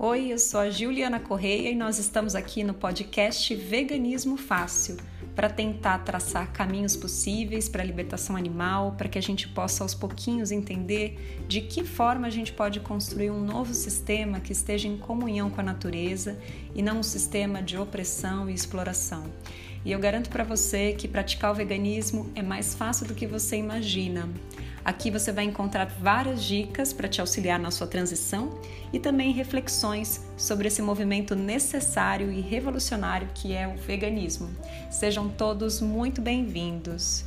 Oi, eu sou a Juliana Correia e nós estamos aqui no podcast Veganismo Fácil para tentar traçar caminhos possíveis para a libertação animal, para que a gente possa aos pouquinhos entender de que forma a gente pode construir um novo sistema que esteja em comunhão com a natureza e não um sistema de opressão e exploração. E eu garanto para você que praticar o veganismo é mais fácil do que você imagina. Aqui você vai encontrar várias dicas para te auxiliar na sua transição e também reflexões sobre esse movimento necessário e revolucionário que é o veganismo. Sejam todos muito bem-vindos!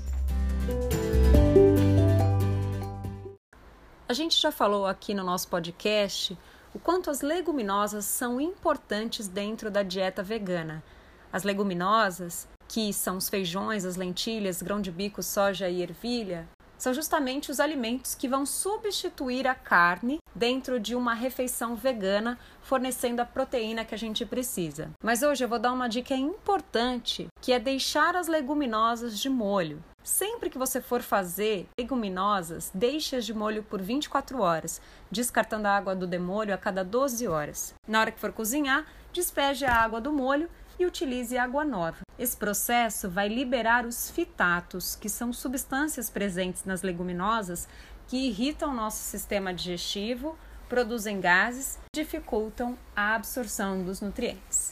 A gente já falou aqui no nosso podcast o quanto as leguminosas são importantes dentro da dieta vegana. As leguminosas, que são os feijões, as lentilhas, grão de bico, soja e ervilha, são justamente os alimentos que vão substituir a carne dentro de uma refeição vegana, fornecendo a proteína que a gente precisa. Mas hoje eu vou dar uma dica importante, que é deixar as leguminosas de molho. Sempre que você for fazer leguminosas, deixe-as de molho por 24 horas, descartando a água do demolho a cada 12 horas. Na hora que for cozinhar, despeje a água do molho e utilize água nova. Esse processo vai liberar os fitatos, que são substâncias presentes nas leguminosas que irritam o nosso sistema digestivo, produzem gases e dificultam a absorção dos nutrientes.